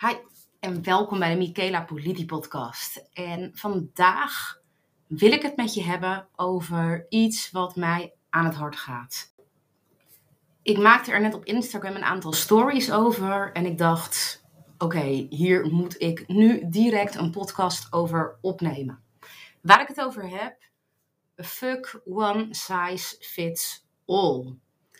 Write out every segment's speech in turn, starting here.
Hi en welkom bij de Michaela Politi podcast. En vandaag wil ik het met je hebben over iets wat mij aan het hart gaat. Ik maakte er net op Instagram een aantal stories over en ik dacht, oké, hier moet ik nu direct een podcast over opnemen. Waar ik het over heb, fuck one size fits all.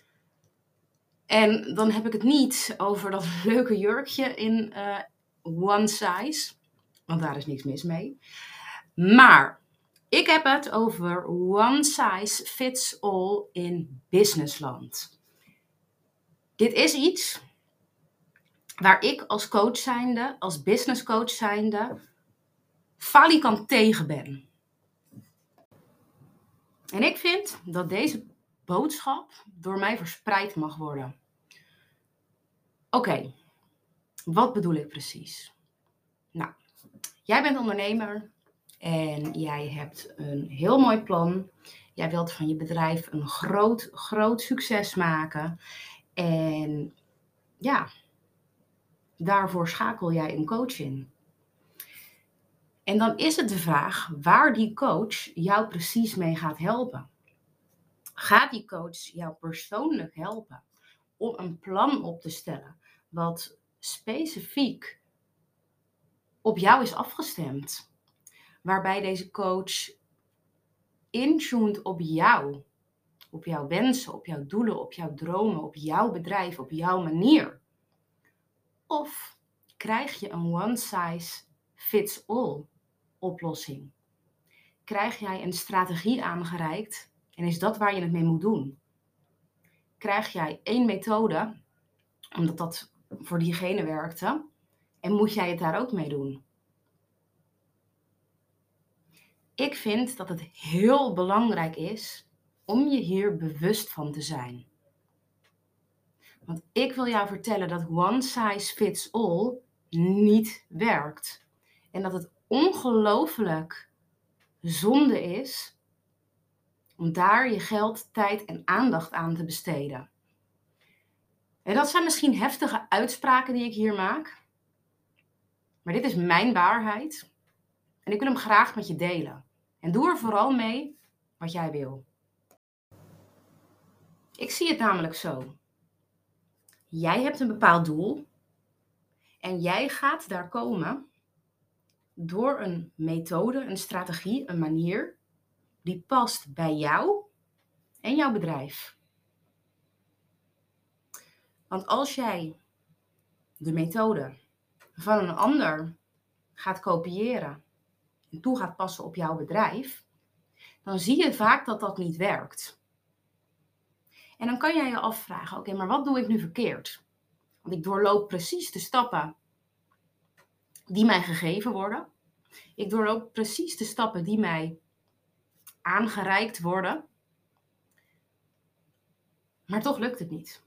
En dan heb ik het niet over dat leuke jurkje in one size, want daar is niks mis mee. Maar ik heb het over one size fits all in businessland. Dit is iets waar ik als coach zijnde, als business coach zijnde, falikant tegen ben. En ik vind dat deze boodschap door mij verspreid mag worden. Oké, wat bedoel ik precies? Nou, jij bent ondernemer en jij hebt een heel mooi plan. Jij wilt van je bedrijf een groot succes maken. En ja, daarvoor schakel jij een coach in. En dan is het de vraag waar die coach jou precies mee gaat helpen. Gaat die coach jou persoonlijk helpen om een plan op te stellen wat specifiek op jou is afgestemd? Waarbij deze coach intuned op jou, op jouw wensen, op jouw doelen, op jouw dromen, op jouw bedrijf, op jouw manier? Of krijg je een one size fits all oplossing? Krijg jij een strategie aangereikt en is dat waar je het mee moet doen? Krijg jij één methode, omdat dat voor diegene werkte, en moet jij het daar ook mee doen? Ik vind dat het heel belangrijk is om je hier bewust van te zijn. Want ik wil jou vertellen dat one size fits all niet werkt. En dat het ongelooflijk zonde is om daar je geld, tijd en aandacht aan te besteden. En dat zijn misschien heftige uitspraken die ik hier maak. Maar dit is mijn waarheid. En ik wil hem graag met je delen. En doe er vooral mee wat jij wil. Ik zie het namelijk zo. Jij hebt een bepaald doel. En jij gaat daar komen door een methode, een strategie, een manier die past bij jou en jouw bedrijf. Want als jij de methode van een ander gaat kopiëren en toe gaat passen op jouw bedrijf, dan zie je vaak dat dat niet werkt. En dan kan jij je afvragen, oké, maar wat doe ik nu verkeerd? Want ik doorloop precies de stappen die mij gegeven worden. Ik doorloop precies de stappen die mij aangereikt worden. Maar toch lukt het niet.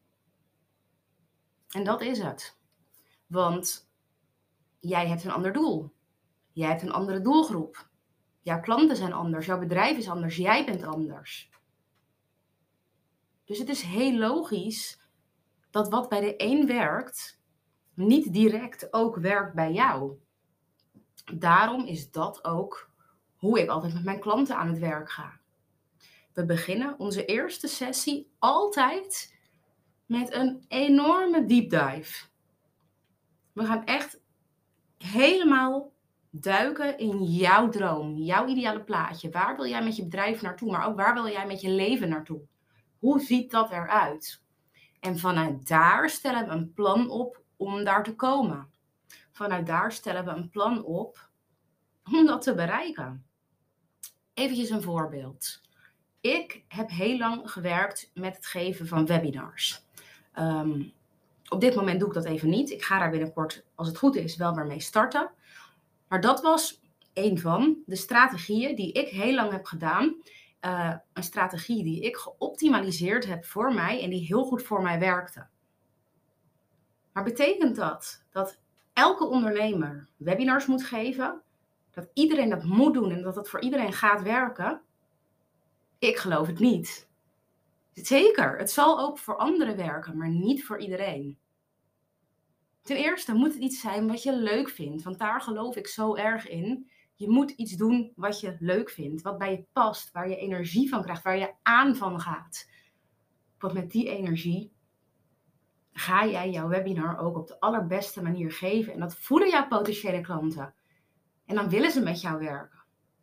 En dat is het. Want jij hebt een ander doel. Jij hebt een andere doelgroep. Jouw klanten zijn anders. Jouw bedrijf is anders. Jij bent anders. Dus het is heel logisch dat wat bij de een werkt, niet direct ook werkt bij jou. Daarom is dat ook hoe ik altijd met mijn klanten aan het werk ga. We beginnen onze eerste sessie altijd met een enorme deep dive. We gaan echt helemaal duiken in jouw droom, jouw ideale plaatje. Waar wil jij met je bedrijf naartoe, maar ook waar wil jij met je leven naartoe? Hoe ziet dat eruit? En vanuit daar stellen we een plan op om daar te komen. Vanuit daar stellen we een plan op om dat te bereiken. Eventjes een voorbeeld. Ik heb heel lang gewerkt met het geven van webinars. Op dit moment doe ik dat even niet. Ik ga daar binnenkort, als het goed is, wel weer mee starten. Maar dat was een van de strategieën die ik heel lang heb gedaan. Een strategie die ik geoptimaliseerd heb voor mij en die heel goed voor mij werkte. Maar betekent dat elke ondernemer webinars moet geven? Dat iedereen dat moet doen en dat het voor iedereen gaat werken? Ik geloof het niet. Zeker, het zal ook voor anderen werken, maar niet voor iedereen. Ten eerste moet het iets zijn wat je leuk vindt, want daar geloof ik zo erg in. Je moet iets doen wat je leuk vindt, wat bij je past, waar je energie van krijgt, waar je aan van gaat. Want met die energie ga jij jouw webinar ook op de allerbeste manier geven. En dat voelen jouw potentiële klanten. En dan willen ze met jou werken.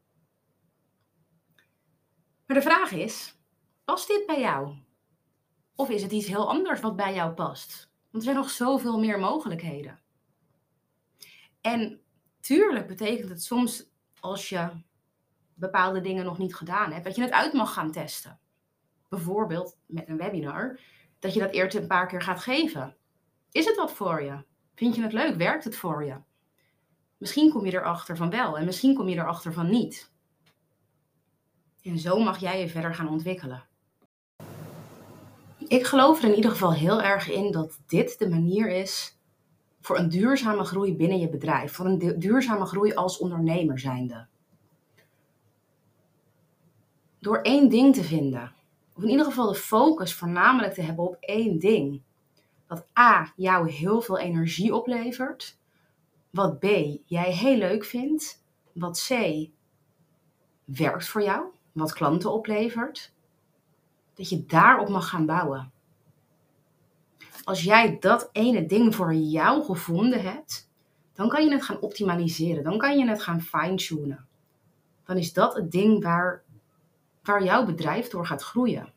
Maar de vraag is, past dit bij jou? Of is het iets heel anders wat bij jou past? Want er zijn nog zoveel meer mogelijkheden. En tuurlijk betekent het soms, als je bepaalde dingen nog niet gedaan hebt, dat je het uit mag gaan testen. Bijvoorbeeld met een webinar, dat je dat eerst een paar keer gaat geven. Is het wat voor je? Vind je het leuk? Werkt het voor je? Misschien kom je erachter van wel en misschien kom je erachter van niet. En zo mag jij je verder gaan ontwikkelen. Ik geloof er in ieder geval heel erg in dat dit de manier is voor een duurzame groei binnen je bedrijf. Voor een duurzame groei als ondernemer zijnde. Door één ding te vinden. Of in ieder geval de focus voornamelijk te hebben op één ding. Wat A, jou heel veel energie oplevert. Wat B, jij heel leuk vindt. Wat C, werkt voor jou. Wat klanten oplevert. Dat je daarop mag gaan bouwen. Als jij dat ene ding voor jou gevonden hebt, dan kan je het gaan optimaliseren. Dan kan je het gaan fine-tunen. Dan is dat het ding waar jouw bedrijf door gaat groeien.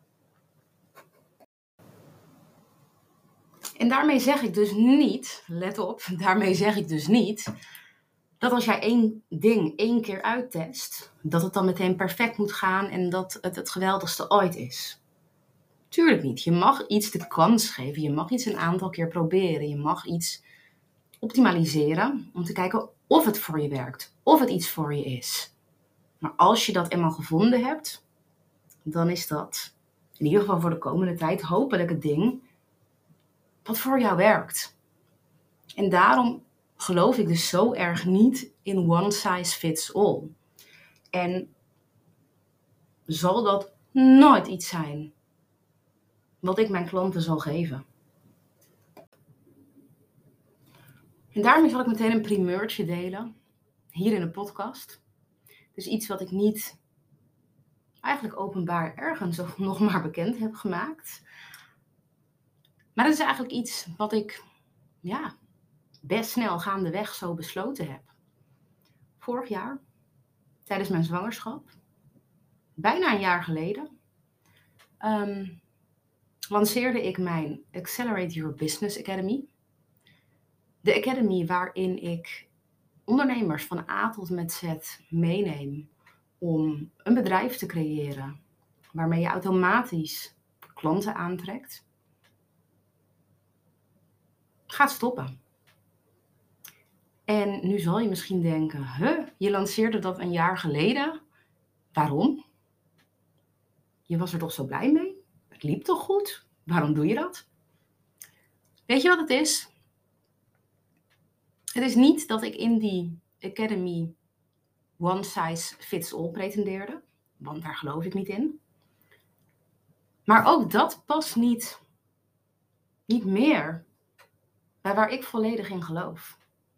En daarmee zeg ik dus niet, let op, daarmee zeg ik dus niet dat als jij één ding 1 keer uittest, dat het dan meteen perfect moet gaan en dat het het geweldigste ooit is. Tuurlijk niet. Je mag iets de kans geven. Je mag iets een aantal keer proberen. Je mag iets optimaliseren om te kijken of het voor je werkt. Of het iets voor je is. Maar als je dat eenmaal gevonden hebt, dan is dat in ieder geval voor de komende tijd hopelijk het ding wat voor jou werkt. En daarom geloof ik dus zo erg niet in one size fits all. En zal dat nooit iets zijn wat ik mijn klanten zal geven. En daarmee zal ik meteen een primeurtje delen, hier in de podcast. Dus iets wat ik niet eigenlijk openbaar ergens of nog maar bekend heb gemaakt. Maar dat is eigenlijk iets wat ik best snel gaandeweg zo besloten heb. Vorig jaar, tijdens mijn zwangerschap, bijna een jaar geleden, lanceerde ik mijn Accelerate Your Business Academy. De academy waarin ik ondernemers van A tot met Z meeneem om een bedrijf te creëren waarmee je automatisch klanten aantrekt, gaat stoppen. En nu zal je misschien denken, je lanceerde dat een jaar geleden. Waarom? Je was er toch zo blij mee? Het liep toch goed? Waarom doe je dat? Weet je wat het is? Het is niet dat ik in die academy one size fits all pretendeerde. Want daar geloof ik niet in. Maar ook dat past niet meer bij waar ik volledig in geloof.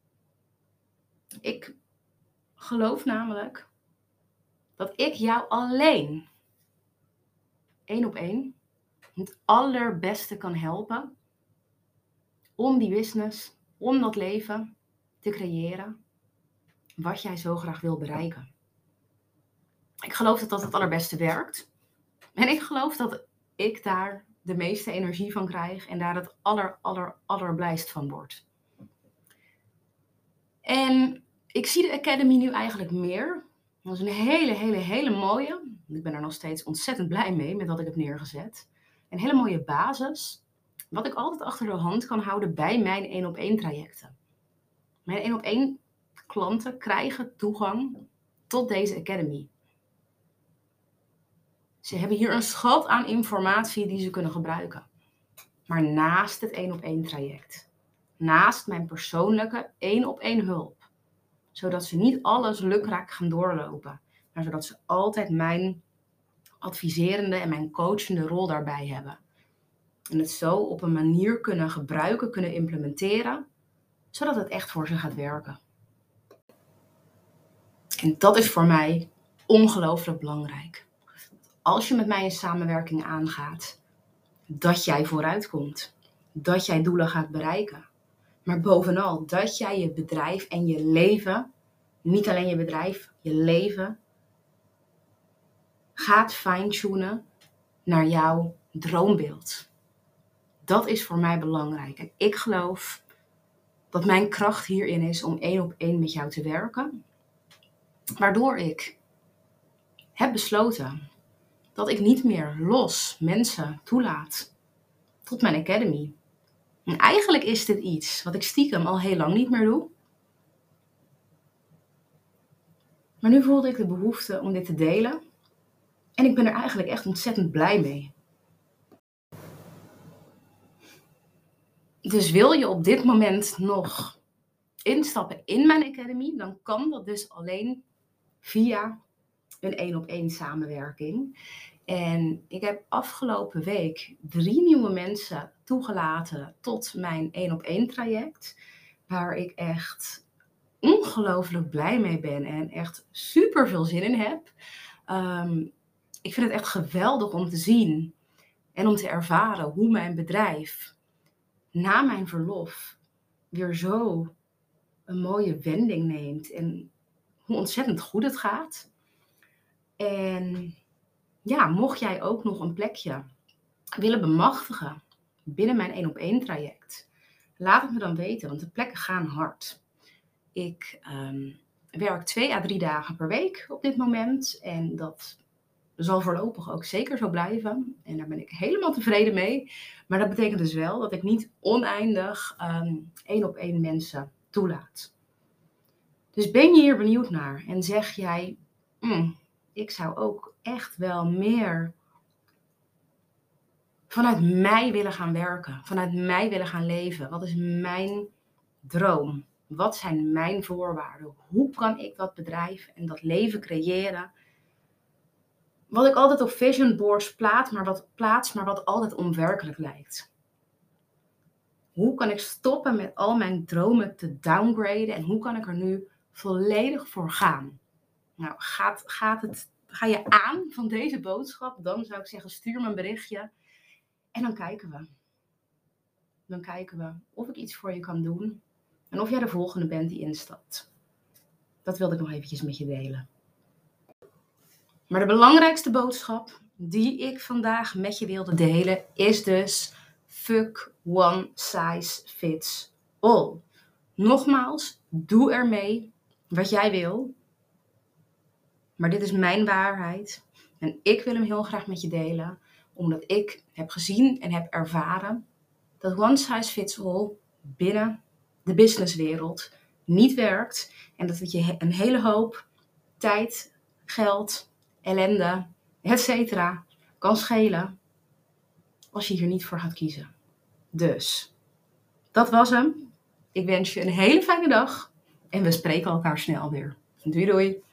Ik geloof namelijk dat ik jou alleen 1 op 1 het allerbeste kan helpen om die business, om dat leven te creëren wat jij zo graag wil bereiken. Ik geloof dat dat het allerbeste werkt. En ik geloof dat ik daar de meeste energie van krijg en daar het allerblijst van word. En ik zie de Academy nu eigenlijk meer. Dat is een hele mooie. Ik ben er nog steeds ontzettend blij mee met wat ik heb neergezet. Een hele mooie basis. Wat ik altijd achter de hand kan houden bij mijn 1 op 1 trajecten. Mijn 1 op 1 klanten krijgen toegang tot deze Academy. Ze hebben hier een schat aan informatie die ze kunnen gebruiken. Maar naast het 1 op 1 traject. Naast mijn persoonlijke 1 op 1 hulp. Zodat ze niet alles lukraak gaan doorlopen. Maar zodat ze altijd mijn adviserende en mijn coachende rol daarbij hebben. En het zo op een manier kunnen gebruiken, kunnen implementeren, zodat het echt voor ze gaat werken. En dat is voor mij ongelooflijk belangrijk. Als je met mij een samenwerking aangaat, dat jij vooruit komt. Dat jij doelen gaat bereiken. Maar bovenal dat jij je bedrijf en je leven, niet alleen je bedrijf, je leven, gaat fine-tunen naar jouw droombeeld. Dat is voor mij belangrijk. En ik geloof dat mijn kracht hierin is om 1-op-1 met jou te werken. Waardoor ik heb besloten dat ik niet meer los mensen toelaat tot mijn academy. En eigenlijk is dit iets wat ik stiekem al heel lang niet meer doe. Maar nu voelde ik de behoefte om dit te delen. En ik ben er eigenlijk echt ontzettend blij mee. Dus wil je op dit moment nog instappen in mijn academy, dan kan dat dus alleen via een 1-op-1 samenwerking. En ik heb afgelopen week 3 nieuwe mensen toegelaten tot mijn 1-op-1 traject. Waar ik echt ongelooflijk blij mee ben en echt super veel zin in heb. Ik vind het echt geweldig om te zien en om te ervaren hoe mijn bedrijf na mijn verlof weer zo een mooie wending neemt. En hoe ontzettend goed het gaat. En ja, mocht jij ook nog een plekje willen bemachtigen binnen mijn 1-op-1 traject, laat het me dan weten, want de plekken gaan hard. Ik werk 2 à 3 dagen per week op dit moment en dat zal voorlopig ook zeker zo blijven. En daar ben ik helemaal tevreden mee. Maar dat betekent dus wel dat ik niet oneindig 1-op-1 mensen toelaat. Dus ben je hier benieuwd naar en zeg jij, ik zou ook echt wel meer vanuit mij willen gaan werken, vanuit mij willen gaan leven. Wat is mijn droom? Wat zijn mijn voorwaarden? Hoe kan ik dat bedrijf en dat leven creëren? Wat ik altijd op vision boards plaats, maar wat altijd onwerkelijk lijkt. Hoe kan ik stoppen met al mijn dromen te downgraden en hoe kan ik er nu volledig voor gaan? Nou, ga je aan van deze boodschap, dan zou ik zeggen stuur me een berichtje en dan kijken we. Dan kijken we of ik iets voor je kan doen en of jij de volgende bent die instapt. Dat wilde ik nog eventjes met je delen. Maar de belangrijkste boodschap die ik vandaag met je wilde delen is dus fuck one size fits all. Nogmaals, doe ermee wat jij wil. Maar dit is mijn waarheid en ik wil hem heel graag met je delen. Omdat ik heb gezien en heb ervaren dat one size fits all binnen de businesswereld niet werkt. En dat het je een hele hoop tijd, geld, ellende, etc. kan schelen als je hier niet voor gaat kiezen. Dus, dat was hem. Ik wens je een hele fijne dag en we spreken elkaar snel weer. Doei doei!